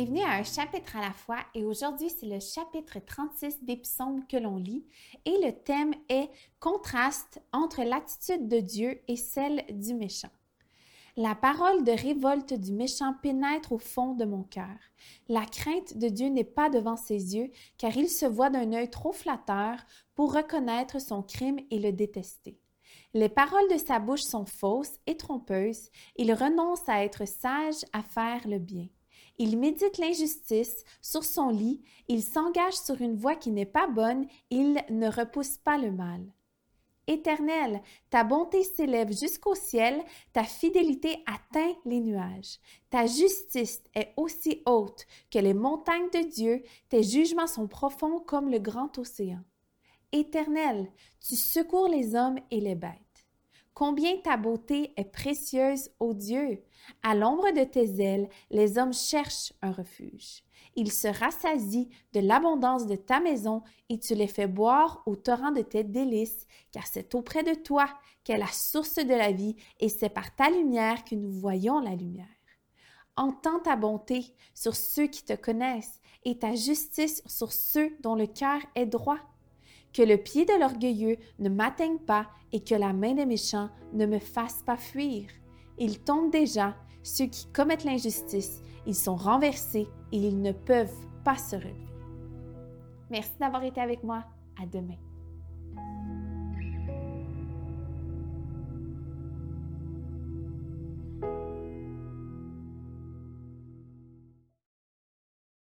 Bienvenue à un chapitre à la fois et aujourd'hui c'est le chapitre 36 des psaumes que l'on lit et le thème est « Contraste entre l'attitude de Dieu et celle du méchant ». La parole de révolte du méchant pénètre au fond de mon cœur. La crainte de Dieu n'est pas devant ses yeux, car il se voit d'un œil trop flatteur pour reconnaître son crime et le détester. Les paroles de sa bouche sont fausses et trompeuses. Il renonce à être sage, à faire le bien. Il médite l'injustice sur son lit, il s'engage sur une voie qui n'est pas bonne, il ne repousse pas le mal. Éternel, ta bonté s'élève jusqu'au ciel, ta fidélité atteint les nuages. Ta justice est aussi haute que les montagnes de Dieu, tes jugements sont profonds comme le grand océan. Éternel, tu secours les hommes et les bêtes. Combien ta beauté est précieuse, ô Dieu! À l'ombre de tes ailes, les hommes cherchent un refuge. Ils se rassasient de l'abondance de ta maison et tu les fais boire au torrent de tes délices, car c'est auprès de toi qu'est la source de la vie et c'est par ta lumière que nous voyons la lumière. Entends ta bonté sur ceux qui te connaissent et ta justice sur ceux dont le cœur est droit. Que le pied de l'orgueilleux ne m'atteigne pas et que la main des méchants ne me fasse pas fuir. Ils tombent déjà, ceux qui commettent l'injustice, ils sont renversés et ils ne peuvent pas se relever. Merci d'avoir été avec moi. À demain.